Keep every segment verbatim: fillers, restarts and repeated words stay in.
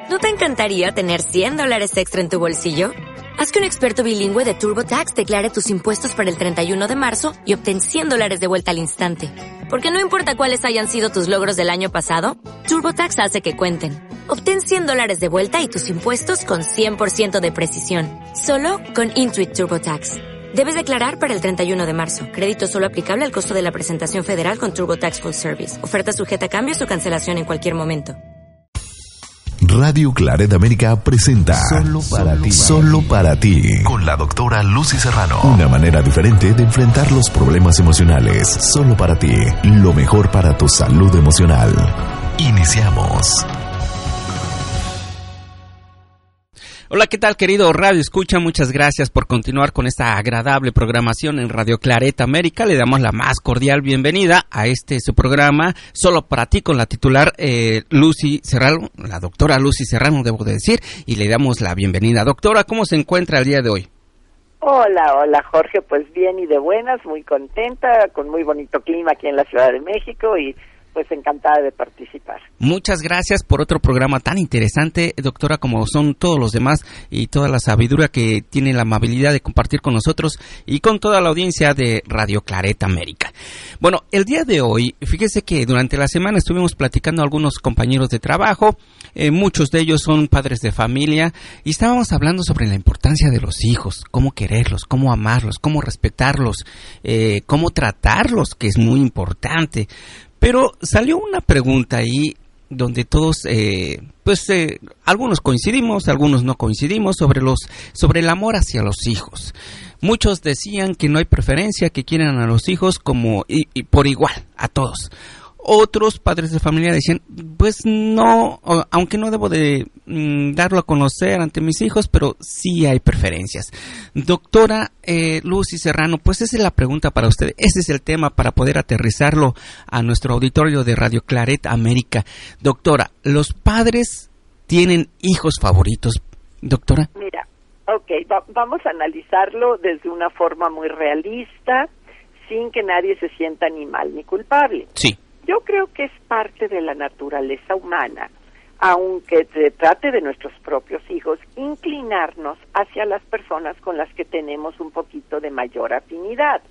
¿No te encantaría tener cien dólares extra en tu bolsillo? Haz que un experto bilingüe de TurboTax declare tus impuestos para el treinta y uno de marzo y obtén cien dólares de vuelta al instante. Porque no importa cuáles hayan sido tus logros del año pasado, TurboTax hace que cuenten. Obtén cien dólares de vuelta y tus impuestos con cien por ciento de precisión. Solo con Intuit TurboTax. Debes declarar para el treinta y uno de marzo. Crédito solo aplicable al costo de la presentación federal con TurboTax Full Service. Oferta sujeta a cambios o cancelación en cualquier momento. Radio Claret América presenta Solo para ti, solo para ti, con la doctora Lucy Serrano. Una manera diferente de enfrentar los problemas emocionales. Solo para ti, lo mejor para tu salud emocional. Iniciamos. Hola, ¿qué tal, querido Radio Escucha? Muchas gracias por continuar con esta agradable programación en Radio Claret América. Le damos la más cordial bienvenida a este su programa, Solo para ti, con la titular eh, Lucy Serrano, la doctora Lucy Serrano, debo de decir, y le damos la bienvenida. Doctora, ¿cómo se encuentra el día de hoy? Hola, hola Jorge, pues bien y de buenas, muy contenta, con muy bonito clima aquí en la Ciudad de México y pues encantada de participar. Muchas gracias por otro programa tan interesante, doctora, como son todos los demás, y toda la sabiduría que tiene la amabilidad de compartir con nosotros y con toda la audiencia de Radio Claret América. Bueno, el día de hoy, fíjese que durante la semana estuvimos platicando a algunos compañeros de trabajo, eh, muchos de ellos son padres de familia, y estábamos hablando sobre la importancia de los hijos, cómo quererlos, cómo amarlos, cómo respetarlos, eh, cómo tratarlos, que es muy importante. Pero salió una pregunta ahí donde todos, eh, pues, eh, algunos coincidimos, algunos no coincidimos sobre los, sobre el amor hacia los hijos. Muchos decían que no hay preferencia, que quieren a los hijos como y, y por igual a todos. Otros padres de familia decían, pues no, aunque no debo de mm, darlo a conocer ante mis hijos, pero sí hay preferencias. Doctora eh, Lucy Serrano, pues esa es la pregunta para usted, ese es el tema para poder aterrizarlo a nuestro auditorio de Radio Claret América. Doctora, ¿los padres tienen hijos favoritos, doctora? Mira, ok, va- vamos a analizarlo desde una forma muy realista, sin que nadie se sienta ni mal ni culpable. Sí. Yo creo que es parte de la naturaleza humana, aunque se trate de nuestros propios hijos, inclinarnos hacia las personas con las que tenemos un poquito de mayor afinidad.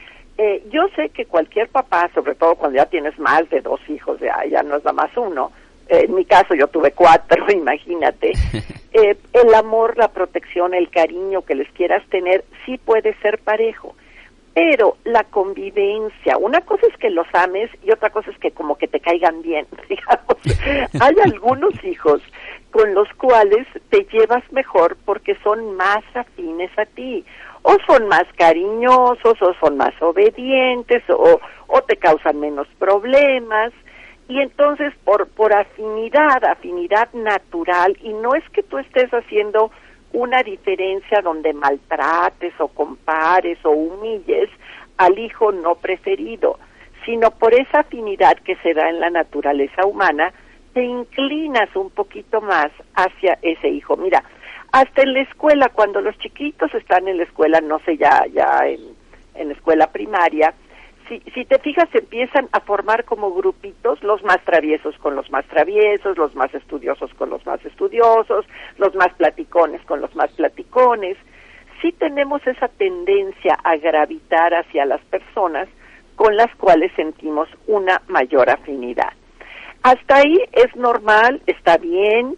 Eh, yo sé que cualquier papá, sobre todo cuando ya tienes más de dos hijos, ya, ya no es nada más uno, eh, en mi caso yo tuve cuatro, imagínate, eh, el amor, la protección, el cariño que les quieras tener, sí puede ser parejo. Pero la convivencia, una cosa es que los ames y otra cosa es que como que te caigan bien, digamos. Hay algunos hijos con los cuales te llevas mejor porque son más afines a ti, o son más cariñosos, o son más obedientes, o, o te causan menos problemas, y entonces por, por afinidad, afinidad natural, y no es que tú estés haciendo una diferencia donde maltrates o compares o humilles al hijo no preferido, sino por esa afinidad que se da en la naturaleza humana, te inclinas un poquito más hacia ese hijo. Mira, hasta en la escuela, cuando los chiquitos están en la escuela, no sé, ya, ya en, en escuela primaria, Si, si te fijas, se empiezan a formar como grupitos, los más traviesos con los más traviesos, los más estudiosos con los más estudiosos, los más platicones con los más platicones. Sí tenemos esa tendencia a gravitar hacia las personas con las cuales sentimos una mayor afinidad. Hasta ahí es normal, está bien.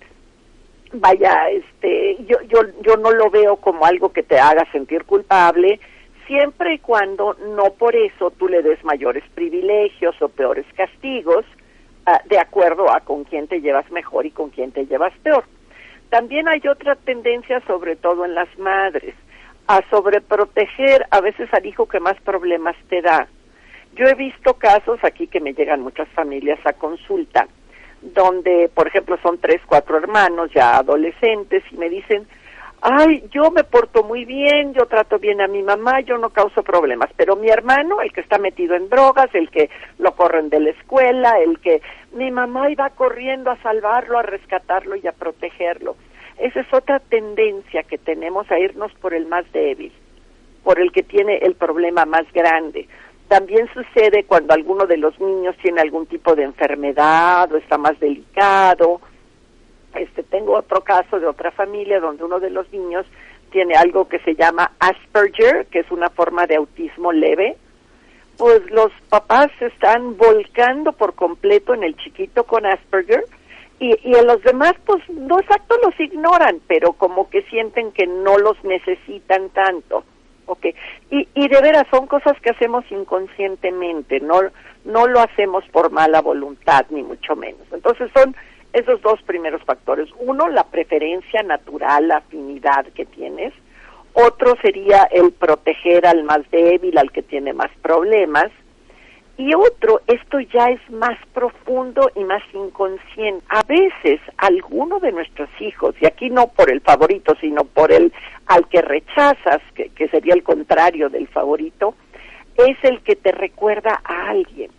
Vaya, este, yo, yo, yo no lo veo como algo que te haga sentir culpable, siempre y cuando no por eso tú le des mayores privilegios o peores castigos, uh, de acuerdo a con quién te llevas mejor y con quién te llevas peor. También hay otra tendencia, sobre todo en las madres, a sobreproteger a veces al hijo que más problemas te da. Yo he visto casos aquí que me llegan muchas familias a consulta, donde, por ejemplo, son tres, cuatro hermanos ya adolescentes y me dicen, ay, yo me porto muy bien, yo trato bien a mi mamá, yo no causo problemas, pero mi hermano, el que está metido en drogas, el que lo corren de la escuela, el que mi mamá iba corriendo a salvarlo, a rescatarlo y a protegerlo. Esa es otra tendencia que tenemos, a irnos por el más débil, por el que tiene el problema más grande. También sucede cuando alguno de los niños tiene algún tipo de enfermedad o está más delicado. Este, tengo otro caso de otra familia donde uno de los niños tiene algo que se llama Asperger, que es una forma de autismo leve. Pues los papás se están volcando por completo en el chiquito con Asperger y, y en los demás, pues no exacto los ignoran, pero como que sienten que no los necesitan tanto. Okay. Y, y de veras son cosas que hacemos inconscientemente, no, no lo hacemos por mala voluntad, ni mucho menos. Entonces son esos dos primeros factores. Uno, la preferencia natural, la afinidad que tienes. Otro sería el proteger al más débil, al que tiene más problemas. Y otro, esto ya es más profundo y más inconsciente. A veces, alguno de nuestros hijos, y aquí no por el favorito, sino por el al que rechazas, que, que sería el contrario del favorito, es el que te recuerda a alguien.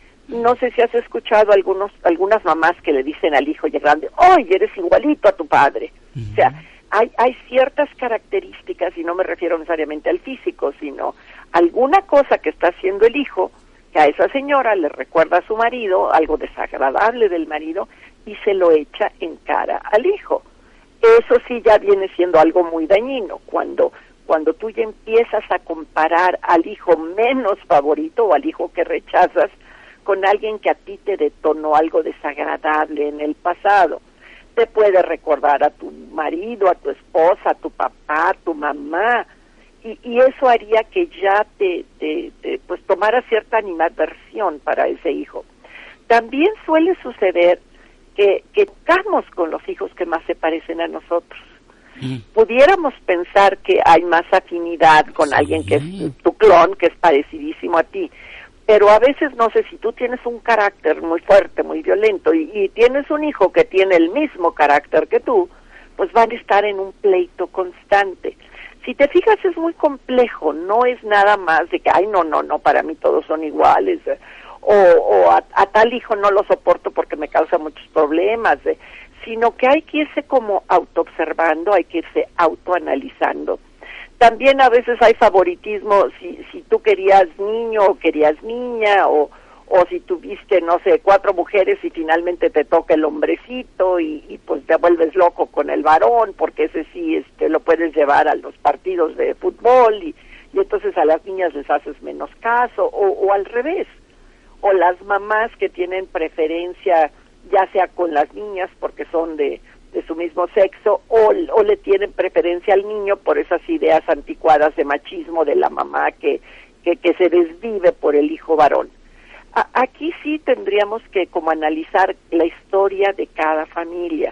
No sé si has escuchado algunos algunas mamás que le dicen al hijo ya grande, ¡ay, eres igualito a tu padre! Uh-huh. O sea, hay, hay ciertas características, y no me refiero necesariamente al físico, sino alguna cosa que está haciendo el hijo, que a esa señora le recuerda a su marido, algo desagradable del marido, y se lo echa en cara al hijo. Eso sí ya viene siendo algo muy dañino, cuando cuando tú ya empiezas a comparar al hijo menos favorito o al hijo que rechazas con alguien que a ti te detonó algo desagradable en el pasado. Te puede recordar a tu marido, a tu esposa, a tu papá, a tu mamá, y, y eso haría que ya te, te, te pues tomara cierta animadversión para ese hijo. También suele suceder que, que estamos con los hijos que más se parecen a nosotros. Mm. Pudiéramos pensar que hay más afinidad con sí. alguien que es tu clon, que es parecidísimo a ti, pero a veces no sé si tú tienes un carácter muy fuerte, muy violento, y, y tienes un hijo que tiene el mismo carácter que tú, pues van a estar en un pleito constante. Si te fijas, es muy complejo, no es nada más de que, ay, no, no, no, para mí todos son iguales, eh, o, o a, a tal hijo no lo soporto porque me causa muchos problemas, eh, sino que hay que irse como autoobservando, hay que irse autoanalizando. También a veces hay favoritismo, si si tú querías niño o querías niña, o, o si tuviste, no sé, cuatro mujeres y finalmente te toca el hombrecito y, y pues te vuelves loco con el varón, porque ese sí este lo puedes llevar a los partidos de fútbol y, y entonces a las niñas les haces menos caso, o, o al revés, o las mamás que tienen preferencia ya sea con las niñas porque son de, de su mismo sexo, o, o le tienen preferencia al niño por esas ideas anticuadas de machismo de la mamá que, que, que se desvive por el hijo varón. A, aquí sí tendríamos que como analizar la historia de cada familia,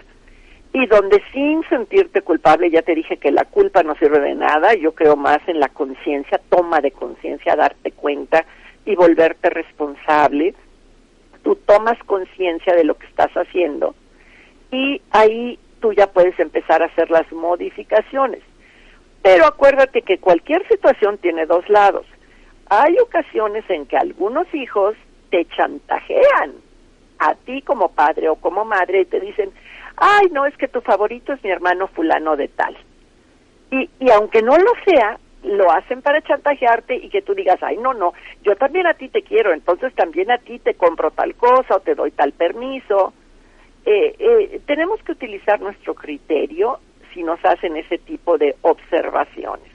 y donde sin sentirte culpable, ya te dije que la culpa no sirve de nada, yo creo más en la conciencia, toma de conciencia, darte cuenta y volverte responsable. Tú tomas conciencia de lo que estás haciendo y ahí tú ya puedes empezar a hacer las modificaciones. Pero acuérdate que cualquier situación tiene dos lados. Hay ocasiones en que algunos hijos te chantajean a ti como padre o como madre y te dicen, ay, no, es que tu favorito es mi hermano fulano de tal. Y, y aunque no lo sea, lo hacen para chantajearte y que tú digas, ay, no, no, yo también a ti te quiero, entonces también a ti te compro tal cosa o te doy tal permiso. Eh, eh, tenemos que utilizar nuestro criterio si nos hacen ese tipo de observaciones.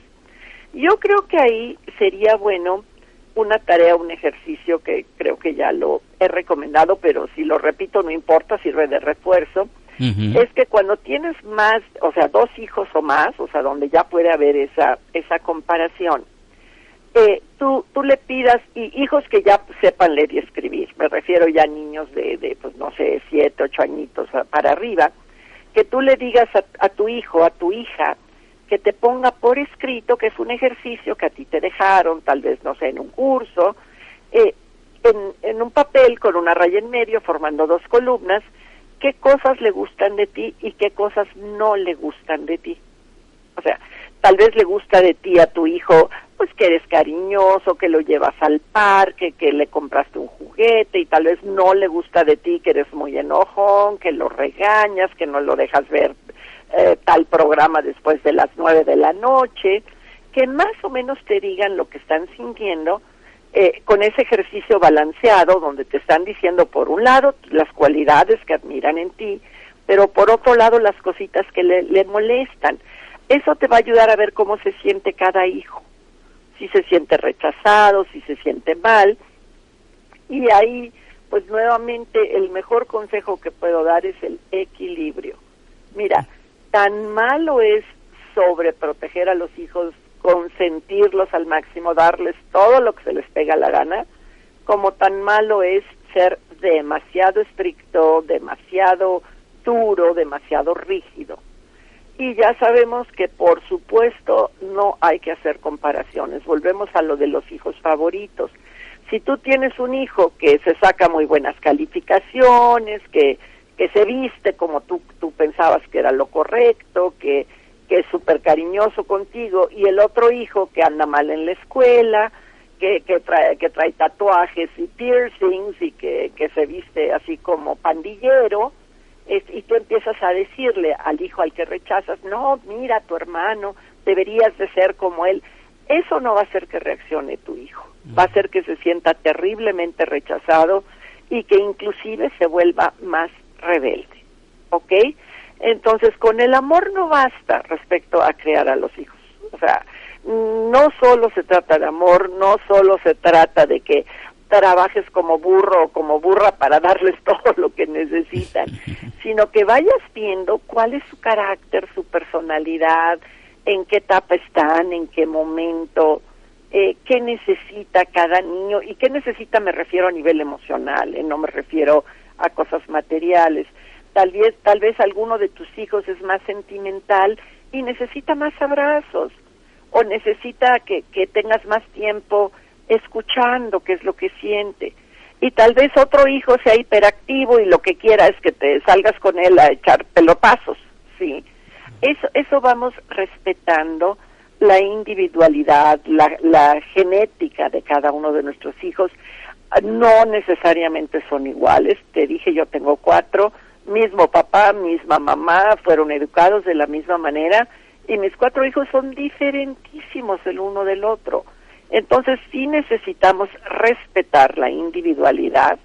Yo creo que ahí sería bueno una tarea, un ejercicio que creo que ya lo he recomendado, pero si lo repito no importa, sirve de refuerzo. Uh-huh. Es que cuando tienes más, o sea, dos hijos o más, o sea, donde ya puede haber esa esa comparación, eh, tú tú le pidas, y hijos que ya sepan leer y escribir, me refiero ya a niños de, de pues no sé, siete, ocho añitos para arriba, que tú le digas a, a tu hijo, a tu hija, que te ponga por escrito, que es un ejercicio que a ti te dejaron, tal vez, no sé, en un curso, eh, en, en un papel con una raya en medio, formando dos columnas, qué cosas le gustan de ti y qué cosas no le gustan de ti. O sea, tal vez le gusta de ti a tu hijo, pues que eres cariñoso, que lo llevas al parque, que le compraste un juguete, y tal vez no le gusta de ti que eres muy enojón, que lo regañas, que no lo dejas ver eh, tal programa después de las nueve de la noche, que más o menos te digan lo que están sintiendo, Eh, con ese ejercicio balanceado donde te están diciendo por un lado las cualidades que admiran en ti, pero por otro lado las cositas que le, le molestan. Eso te va a ayudar a ver cómo se siente cada hijo, si se siente rechazado, si se siente mal, y ahí, pues nuevamente, el mejor consejo que puedo dar es el equilibrio. Mira, tan malo es sobreproteger a los hijos, consentirlos al máximo, darles todo lo que se les pega la gana, como tan malo es ser demasiado estricto, demasiado duro, demasiado rígido. Y ya sabemos que, por supuesto, no hay que hacer comparaciones. Volvemos a lo de los hijos favoritos. Si tú tienes un hijo que se saca muy buenas calificaciones, que, que se viste como tú, tú pensabas que era lo correcto, que, que es súper cariñoso contigo, y el otro hijo que anda mal en la escuela, que, que, trae, que trae tatuajes y piercings y que, que se viste así como pandillero, y tú empiezas a decirle al hijo al que rechazas, no, mira, tu hermano, deberías de ser como él. Eso no va a hacer que reaccione tu hijo, va a hacer que se sienta terriblemente rechazado y que inclusive se vuelva más rebelde, ¿ok? Entonces, con el amor no basta respecto a criar a los hijos. O sea, no solo se trata de amor, no solo se trata de que trabajes como burro o como burra para darles todo lo que necesitan, sino que vayas viendo cuál es su carácter, su personalidad, en qué etapa están, en qué momento, eh, qué necesita cada niño, y qué necesita me refiero a nivel emocional, eh, no me refiero a cosas materiales. Tal vez, tal vez alguno de tus hijos es más sentimental y necesita más abrazos, o necesita que, que tengas más tiempo escuchando qué es lo que siente, y tal vez otro hijo sea hiperactivo y lo que quiera es que te salgas con él a echar pelotazos, ¿sí? Eso, eso vamos respetando la individualidad, la, la genética de cada uno de nuestros hijos. No necesariamente son iguales. Te dije, yo tengo cuatro, mismo papá, misma mamá, fueron educados de la misma manera, y mis cuatro hijos son diferentísimos el uno del otro. Entonces sí necesitamos respetar la individualidad,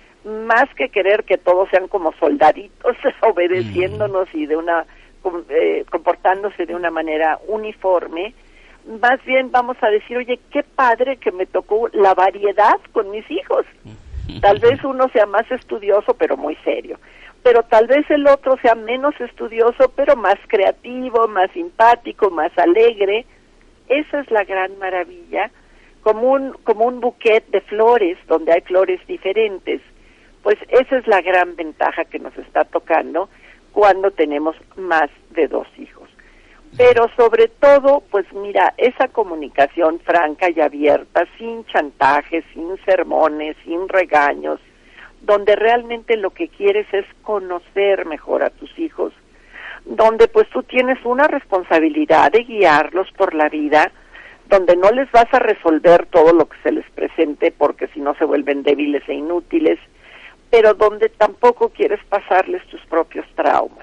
más que querer que todos sean como soldaditos, obedeciéndonos y de una eh, comportándose de una manera uniforme. Más bien vamos a decir, oye, qué padre que me tocó la variedad con mis hijos. Tal vez uno sea más estudioso, pero muy serio. Pero tal vez el otro sea menos estudioso, pero más creativo, más simpático, más alegre. Esa es la gran maravilla, como un, como un bouquet de flores, donde hay flores diferentes. Pues esa es la gran ventaja que nos está tocando cuando tenemos más de dos hijos. Pero sobre todo, pues mira, esa comunicación franca y abierta, sin chantajes, sin sermones, sin regaños, donde realmente lo que quieres es conocer mejor a tus hijos, donde pues tú tienes una responsabilidad de guiarlos por la vida, donde no les vas a resolver todo lo que se les presente porque si no se vuelven débiles e inútiles, pero donde tampoco quieres pasarles tus propios traumas.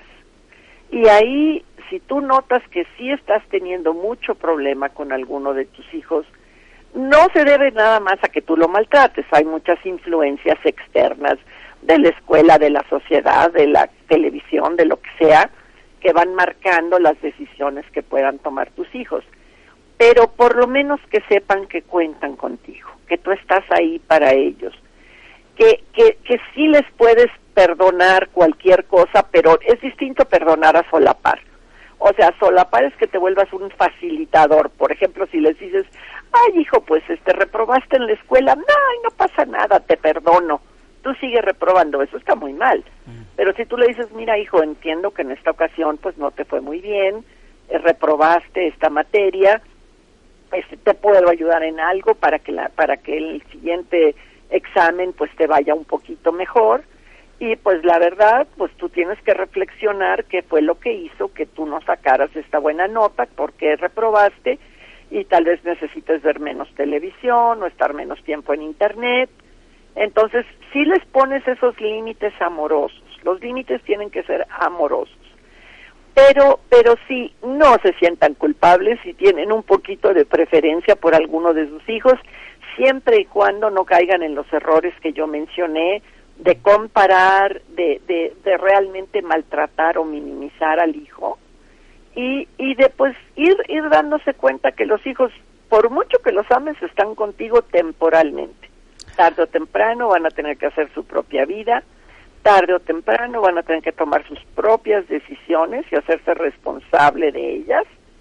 Y ahí, si tú notas que sí estás teniendo mucho problema con alguno de tus hijos, no se debe nada más a que tú lo maltrates. Hay muchas influencias externas de la escuela, de la sociedad, de la televisión, de lo que sea, que van marcando las decisiones que puedan tomar tus hijos. Pero por lo menos que sepan que cuentan contigo, que tú estás ahí para ellos, que, que, que sí les puedes perdonar cualquier cosa, pero es distinto perdonar a solapar. O sea, solapar es que te vuelvas un facilitador. Por ejemplo, si les dices, ay, hijo, pues este reprobaste en la escuela, no, no pasa nada, te perdono. Tú sigues reprobando, eso está muy mal. Pero si tú le dices, mira, hijo, entiendo que en esta ocasión pues no te fue muy bien, eh, reprobaste esta materia, este, te puedo ayudar en algo para que la, para que el siguiente examen pues te vaya un poquito mejor. Y pues la verdad, pues tú tienes que reflexionar qué fue lo que hizo que tú no sacaras esta buena nota, por qué reprobaste, y tal vez necesites ver menos televisión o estar menos tiempo en internet. Entonces, sí les pones esos límites amorosos. Los límites tienen que ser amorosos. Pero, pero sí, no se sientan culpables si tienen un poquito de preferencia por alguno de sus hijos, siempre y cuando no caigan en los errores que yo mencioné, de comparar, de, de, de realmente maltratar o minimizar al hijo, y, y de pues ir, ir dándose cuenta que los hijos, por mucho que los ames, están contigo temporalmente. Tarde o temprano van a tener que hacer su propia vida, tarde o temprano van a tener que tomar sus propias decisiones y hacerse responsable de ellas,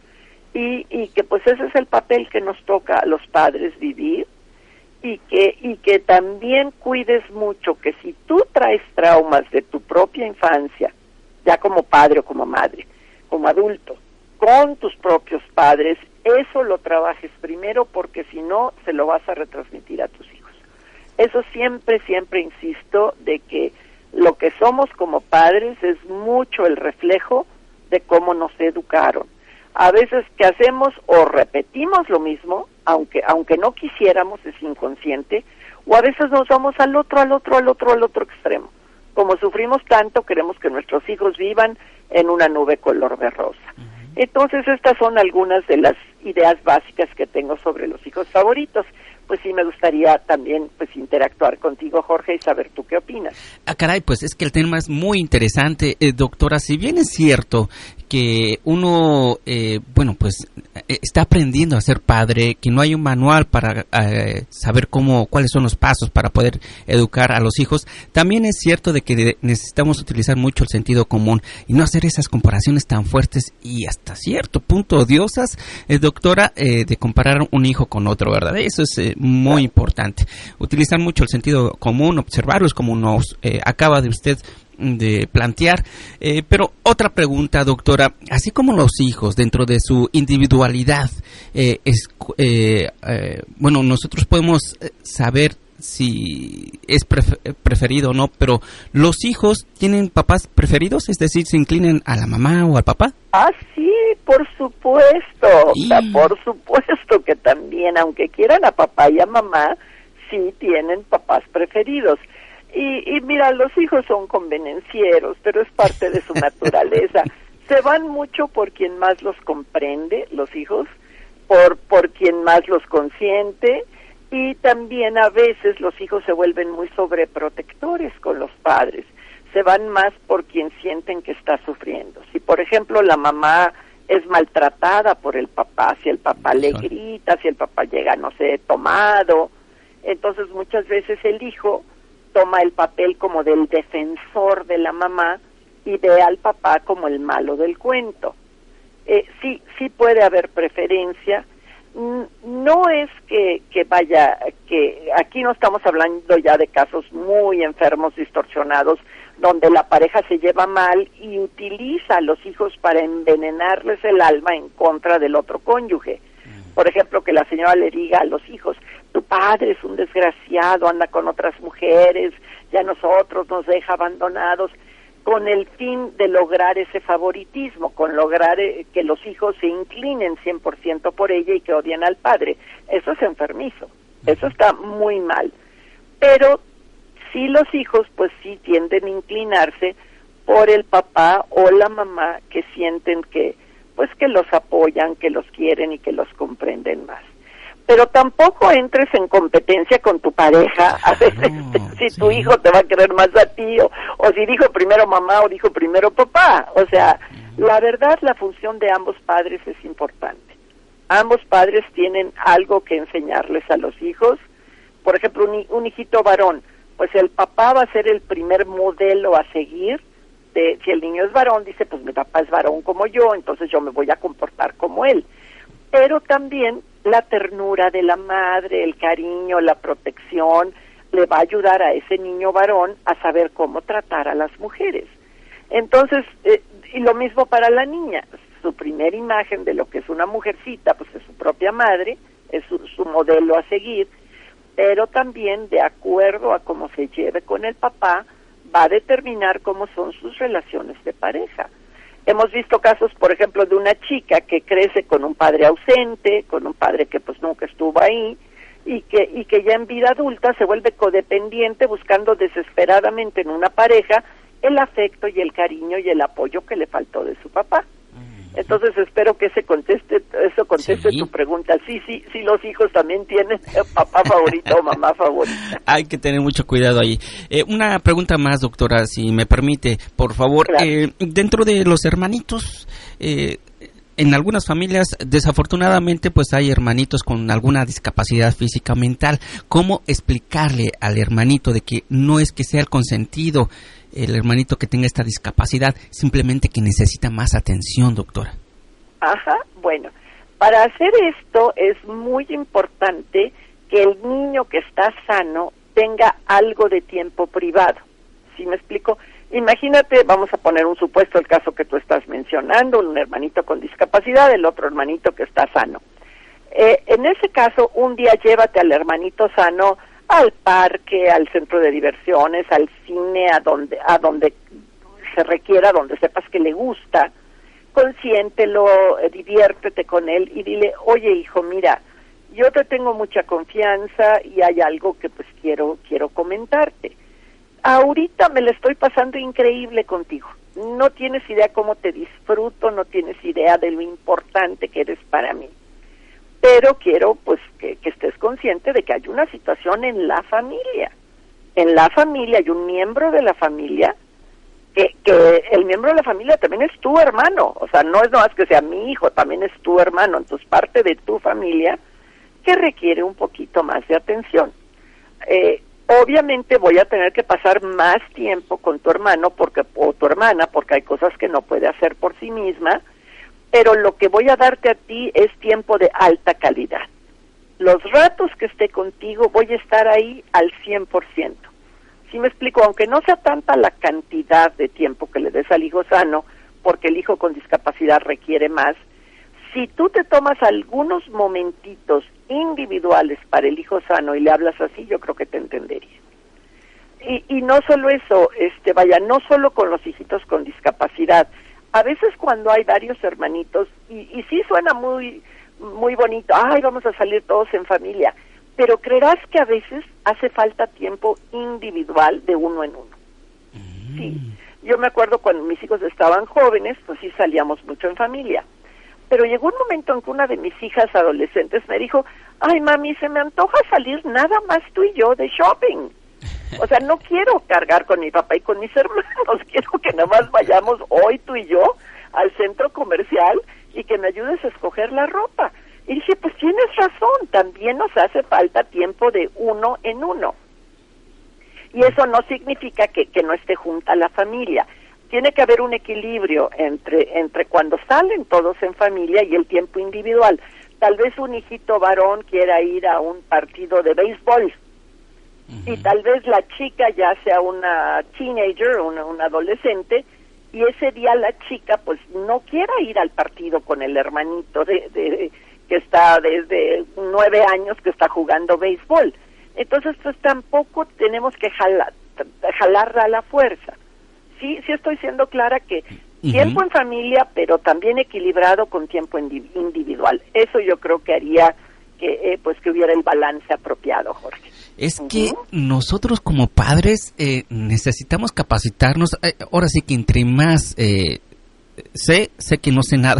y, y que pues ese es el papel que nos toca a los padres vivir, y que, y que también cuides mucho que si tú traes traumas de tu propia infancia, ya como padre o como madre, como adulto, con tus propios padres, eso lo trabajes primero, porque si no, se lo vas a retransmitir a tus hijos. Eso siempre, siempre insisto, de que lo que somos como padres es mucho el reflejo de cómo nos educaron. A veces que hacemos o repetimos lo mismo, aunque aunque no quisiéramos, es inconsciente, o a veces nos vamos al otro, al otro, al otro, al otro extremo. Como sufrimos tanto, queremos que nuestros hijos vivan en una nube color de rosa. Entonces, estas son algunas de las ideas básicas que tengo sobre los hijos favoritos. Pues sí, me gustaría también pues interactuar contigo, Jorge, y saber tú qué opinas. Ah, caray, pues es que el tema es muy interesante, eh, doctora. Si bien es cierto que uno, eh, bueno, pues eh, está aprendiendo a ser padre, que no hay un manual para eh, saber cómo, cuáles son los pasos para poder educar a los hijos, también es cierto de que de, necesitamos utilizar mucho el sentido común y no hacer esas comparaciones tan fuertes y hasta cierto punto odiosas, eh, doctora, eh, de comparar un hijo con otro, ¿verdad? Eso es eh, muy importante. Utilizar mucho el sentido común, observarlos como nos eh, acaba de usted de plantear. Eh, pero otra pregunta, doctora, así como los hijos dentro de su individualidad, eh, es, eh, eh, bueno, nosotros podemos saber si es prefer- preferido o no, pero ¿los hijos tienen papás preferidos? Es decir, ¿se inclinan a la mamá o al papá? Ah, sí, por supuesto, Y... o sea, por supuesto que también, aunque quieran a papá y a mamá, sí tienen papás preferidos. Y, y mira, los hijos son convenencieros, pero es parte de su naturaleza. Se van mucho por quien más los comprende, los hijos, por, por quien más los consiente, y también a veces los hijos se vuelven muy sobreprotectores con los padres. Se van más por quien sienten que está sufriendo. Si, por ejemplo, la mamá es maltratada por el papá, si el papá le grita, si el papá llega, no sé, tomado, entonces muchas veces el hijo toma el papel como del defensor de la mamá y ve al papá como el malo del cuento. Eh, sí, sí puede haber preferencia. No es que, que vaya, que aquí no estamos hablando ya de casos muy enfermos, distorsionados, donde la pareja se lleva mal y utiliza a los hijos para envenenarles el alma en contra del otro cónyuge. Por ejemplo, que la señora le diga a los hijos, tu padre es un desgraciado, anda con otras mujeres, ya nosotros nos deja abandonados, con el fin de lograr ese favoritismo, con lograr eh, que los hijos se inclinen cien por ciento por ella y que odien al padre. Eso es enfermizo, eso está muy mal. Pero sí, los hijos pues sí tienden a inclinarse por el papá o la mamá que sienten que pues que los apoyan, que los quieren y que los comprenden más. Pero tampoco entres en competencia con tu pareja, a veces no, si sí. Tu hijo te va a querer más a ti, o, o si dijo primero mamá o dijo primero papá. O sea, uh-huh. La verdad, la función de ambos padres es importante. Ambos padres tienen algo que enseñarles a los hijos. Por ejemplo, un, un hijito varón, pues el papá va a ser el primer modelo a seguir. De, si el niño es varón, dice, pues mi papá es varón como yo, entonces yo me voy a comportar como él. Pero también la ternura de la madre, el cariño, la protección, le va a ayudar a ese niño varón a saber cómo tratar a las mujeres. Entonces, eh, y lo mismo para la niña, su primera imagen de lo que es una mujercita, pues es su propia madre, es su, su modelo a seguir, pero también de acuerdo a cómo se lleve con el papá, va a determinar cómo son sus relaciones de pareja. Hemos visto casos, por ejemplo, de una chica que crece con un padre ausente, con un padre que pues nunca estuvo ahí, y que y que ya en vida adulta se vuelve codependiente, buscando desesperadamente en una pareja el afecto y el cariño y el apoyo que le faltó de su papá. Entonces espero que ese conteste, eso conteste conteste sí. tu pregunta. Sí, sí, sí, los hijos también tienen papá favorito o mamá favorita. Hay que tener mucho cuidado ahí. Eh, una pregunta más, doctora, si me permite, por favor. Claro. Eh, dentro de los hermanitos, eh, en algunas familias, desafortunadamente, pues hay hermanitos con alguna discapacidad física o mental. ¿Cómo explicarle al hermanito de que no es que sea el consentido, el hermanito que tenga esta discapacidad, simplemente que necesita más atención, doctora? Ajá, bueno, para hacer esto es muy importante que el niño que está sano tenga algo de tiempo privado. ¿Sí me explico? Imagínate, vamos a poner un supuesto, el caso que tú estás mencionando, un hermanito con discapacidad, el otro hermanito que está sano. Eh, en ese caso, un día llévate al hermanito sano al parque, al centro de diversiones, al cine, a donde, a donde se requiera, donde sepas que le gusta, consiéntelo, eh, diviértete con él y dile, oye hijo, mira, yo te tengo mucha confianza y hay algo que pues quiero, quiero comentarte. Ahorita me la estoy pasando increíble contigo. No tienes idea cómo te disfruto, no tienes idea de lo importante que eres para mí. Pero quiero pues que, que estés consciente de que hay una situación en la familia. En la familia hay un miembro de la familia que, que el miembro de la familia también es tu hermano. O sea, no es nomás que sea mi hijo, también es tu hermano. Entonces, parte de tu familia que requiere un poquito más de atención. Eh, Obviamente voy a tener que pasar más tiempo con tu hermano porque o tu hermana porque hay cosas que no puede hacer por sí misma, pero lo que voy a darte a ti es tiempo de alta calidad. Los ratos que esté contigo voy a estar ahí al cien por ciento. ¿Sí me explico? Aunque no sea tanta la cantidad de tiempo que le des al hijo sano, porque el hijo con discapacidad requiere más, si tú te tomas algunos momentitos individuales para el hijo sano y le hablas así, yo creo que te entendería. Y, y no solo eso, este, vaya, no solo con los hijitos con discapacidad. A veces cuando hay varios hermanitos, y, y sí suena muy, muy bonito, ay, vamos a salir todos en familia, pero creerás que a veces hace falta tiempo individual de uno en uno. Mm. Sí, yo me acuerdo cuando mis hijos estaban jóvenes, pues sí salíamos mucho en familia. Pero llegó un momento en que una de mis hijas adolescentes me dijo, ay mami, se me antoja salir nada más tú y yo de shopping. O sea, no quiero cargar con mi papá y con mis hermanos, quiero que nada más vayamos hoy tú y yo al centro comercial y que me ayudes a escoger la ropa. Y dije, pues tienes razón, también nos hace falta tiempo de uno en uno. Y eso no significa que, que no esté junta la familia. Tiene que haber un equilibrio entre entre cuando salen todos en familia y el tiempo individual. Tal vez un hijito varón quiera ir a un partido de béisbol uh-huh. y tal vez la chica ya sea una teenager, una, una adolescente, y ese día la chica pues no quiera ir al partido con el hermanito de, de que está desde nueve años que está jugando béisbol. Entonces pues tampoco tenemos que jalar, jalarla a la fuerza. Sí, sí estoy siendo clara que uh-huh. tiempo en familia, pero también equilibrado con tiempo individual. Eso yo creo que haría que eh, pues que hubiera el balance apropiado, Jorge. Es uh-huh. que nosotros como padres eh, necesitamos capacitarnos. Eh, ahora sí que entre más eh, sé, sé que no sé nada.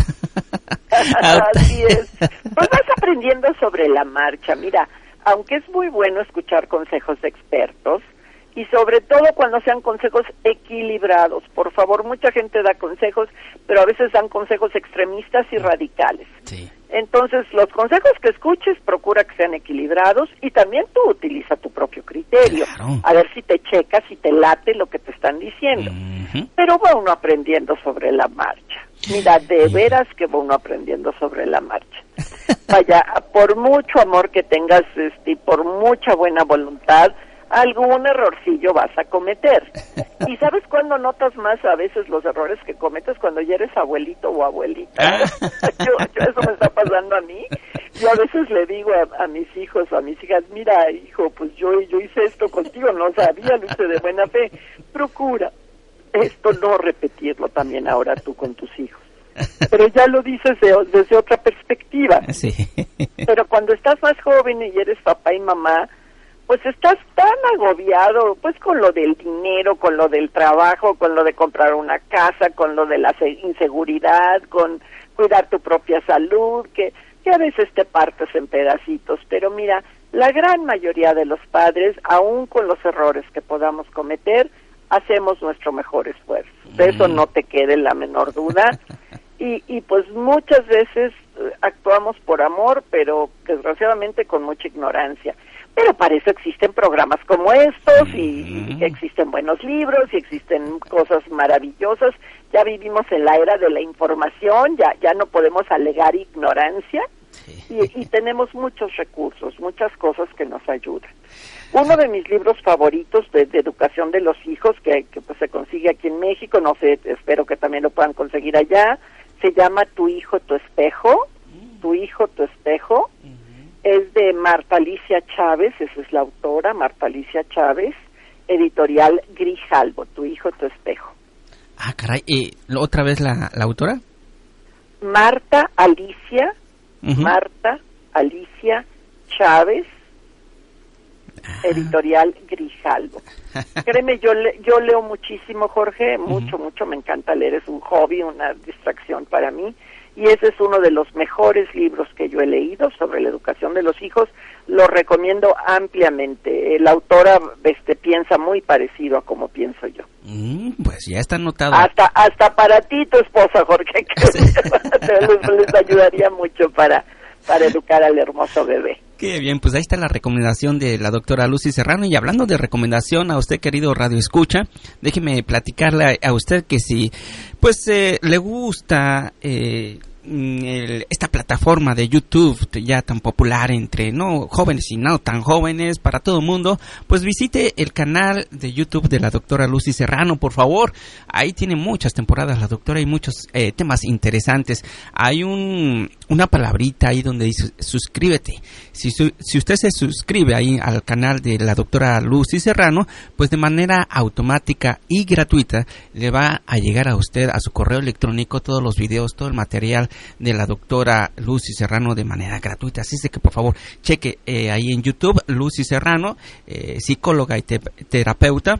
Así es. Pues vas aprendiendo sobre la marcha. Mira, aunque es muy bueno escuchar consejos de expertos, y sobre todo cuando sean consejos equilibrados. Por favor, mucha gente da consejos, pero a veces dan consejos extremistas y radicales. Sí. Entonces, los consejos que escuches, procura que sean equilibrados y también tú utiliza tu propio criterio. Claro. A ver si te checas, si te late lo que te están diciendo. Uh-huh. Pero va uno aprendiendo sobre la marcha. Mira, de veras que va uno aprendiendo sobre la marcha. Vaya, por mucho amor que tengas este, y por mucha buena voluntad, algún errorcillo vas a cometer. ¿Y sabes cuándo notas más a veces los errores que cometes? Cuando ya eres abuelito o abuelita. yo, yo eso me está pasando a mí. Yo a veces le digo a, a mis hijos o a mis hijas, mira hijo, pues yo, yo hice esto contigo, no sabía, lo hice de buena fe. Procura esto no repetirlo también ahora tú con tus hijos. Pero ya lo dices de, desde otra perspectiva. Sí. Pero cuando estás más joven y eres papá y mamá, pues estás tan agobiado, pues con lo del dinero, con lo del trabajo, con lo de comprar una casa, con lo de la inseguridad, con cuidar tu propia salud, que que a veces te partes en pedacitos, pero mira, la gran mayoría de los padres, aun con los errores que podamos cometer, hacemos nuestro mejor esfuerzo. De eso no te quede la menor duda. Y, y pues muchas veces actuamos por amor, pero desgraciadamente con mucha ignorancia. Pero para eso existen programas como estos, y, y existen buenos libros, y existen cosas maravillosas. Ya vivimos en la era de la información, ya, ya no podemos alegar ignorancia, y, y tenemos muchos recursos, muchas cosas que nos ayudan. Uno de mis libros favoritos de, de educación de los hijos, que, que pues se consigue aquí en México, no sé, espero que también lo puedan conseguir allá, se llama Tu hijo, tu espejo, Tu hijo, tu espejo. Es de Marta Alicia Chávez, esa es la autora, Marta Alicia Chávez, editorial Grijalbo, Tu hijo, tu espejo. Ah, caray, ¿y otra vez la, la autora? Marta Alicia, Uh-huh. Marta Alicia Chávez, Ah. editorial Grijalbo. Créeme, yo le, yo leo muchísimo, Jorge, mucho, uh-huh. mucho, me encanta leer, es un hobby, una distracción para mí. Y ese es uno de los mejores libros que yo he leído sobre la educación de los hijos. Lo recomiendo ampliamente. La autora este, piensa muy parecido a como pienso yo. Mm, pues ya está anotado. Hasta hasta para ti, tu esposa, Jorge, que les, les ayudaría mucho para, para educar al hermoso bebé. Qué bien, pues ahí está la recomendación de la doctora Lucy Serrano. Y hablando de recomendación a usted, querido Radio Escucha, déjeme platicarle a usted que si pues eh, le gusta eh, el, esta plataforma de YouTube ya tan popular entre no jóvenes y no tan jóvenes, para todo el mundo, pues visite el canal de YouTube de la doctora Lucy Serrano, por favor. Ahí tiene muchas temporadas la doctora y muchos eh, temas interesantes. Hay un una palabrita ahí donde dice suscríbete. Si, su, si usted se suscribe ahí al canal de la doctora Lucy Serrano, pues de manera automática y gratuita le va a llegar a usted a su correo electrónico todos los videos, todo el material de la doctora Lucy Serrano de manera gratuita. Así es que por favor cheque eh, ahí en YouTube Lucy Serrano, eh, psicóloga y te, terapeuta.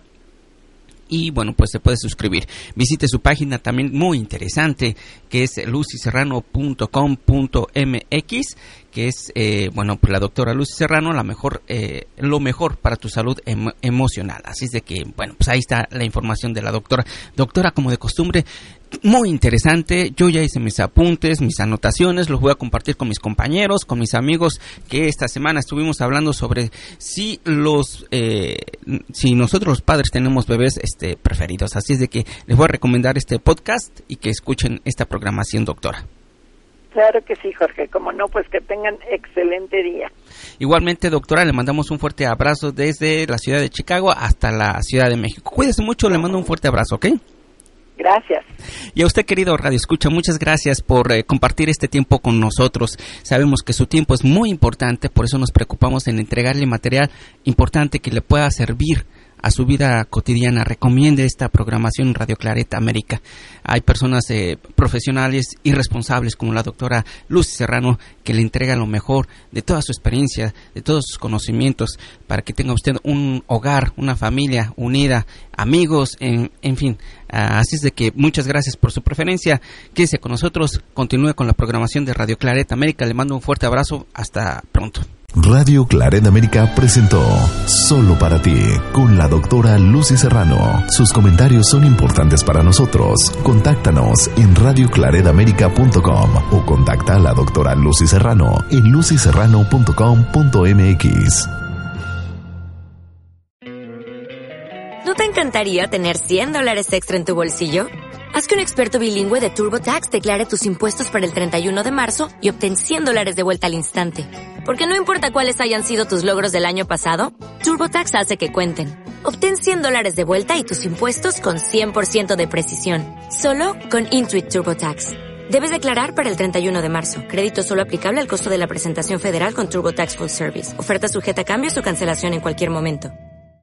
Y bueno, pues se puede suscribir. Visite su página también muy interesante, que es lucy serrano punto com punto m x, que es, eh, bueno, pues la doctora Lucy Serrano, la mejor, eh, lo mejor para tu salud em- emocional. Así es de que, bueno, pues ahí está la información de la doctora. Doctora, como de costumbre, muy interesante. Yo ya hice mis apuntes, mis anotaciones, los voy a compartir con mis compañeros, con mis amigos, que esta semana estuvimos hablando sobre si los, eh, si nosotros los padres tenemos bebés este, preferidos. Así es de que les voy a recomendar este podcast y que escuchen esta programación, doctora. Claro que sí, Jorge, como no, pues que tengan excelente día. Igualmente, doctora, le mandamos un fuerte abrazo desde la ciudad de Chicago hasta la Ciudad de México. Cuídese mucho, le mando un fuerte abrazo, ¿ok? Gracias. Y a usted, querido Radio Escucha, muchas gracias por eh, compartir este tiempo con nosotros. Sabemos que su tiempo es muy importante, por eso nos preocupamos en entregarle material importante que le pueda servir a su vida cotidiana. Recomiende esta programación en Radio Clareta América. Hay personas eh, profesionales y responsables como la doctora Lucy Serrano, que le entrega lo mejor de toda su experiencia, de todos sus conocimientos, para que tenga usted un hogar, una familia unida, amigos, en, en fin. Uh, así es de que muchas gracias por su preferencia. Quédese con nosotros, continúe con la programación de Radio Clareta América. Le mando un fuerte abrazo. Hasta pronto. Radio Clareta América presentó Solo para ti con la doctora Lucy Serrano. Sus comentarios son importantes para nosotros. Contáctanos en radio clareta américa punto com o contacta a la doctora Lucy Serrano en lucy serrano punto com punto m x. ¿No te encantaría tener cien dólares extra en tu bolsillo? Haz que un experto bilingüe de TurboTax declare tus impuestos para el treinta y uno de marzo y obtén cien dólares de vuelta al instante. Porque no importa cuáles hayan sido tus logros del año pasado, TurboTax hace que cuenten. Obtén cien dólares de vuelta y tus impuestos con cien por ciento de precisión. Solo con Intuit TurboTax. Debes declarar para el treinta y uno de marzo. Crédito solo aplicable al costo de la presentación federal con TurboTax Full Service. Oferta sujeta a cambios o cancelación en cualquier momento.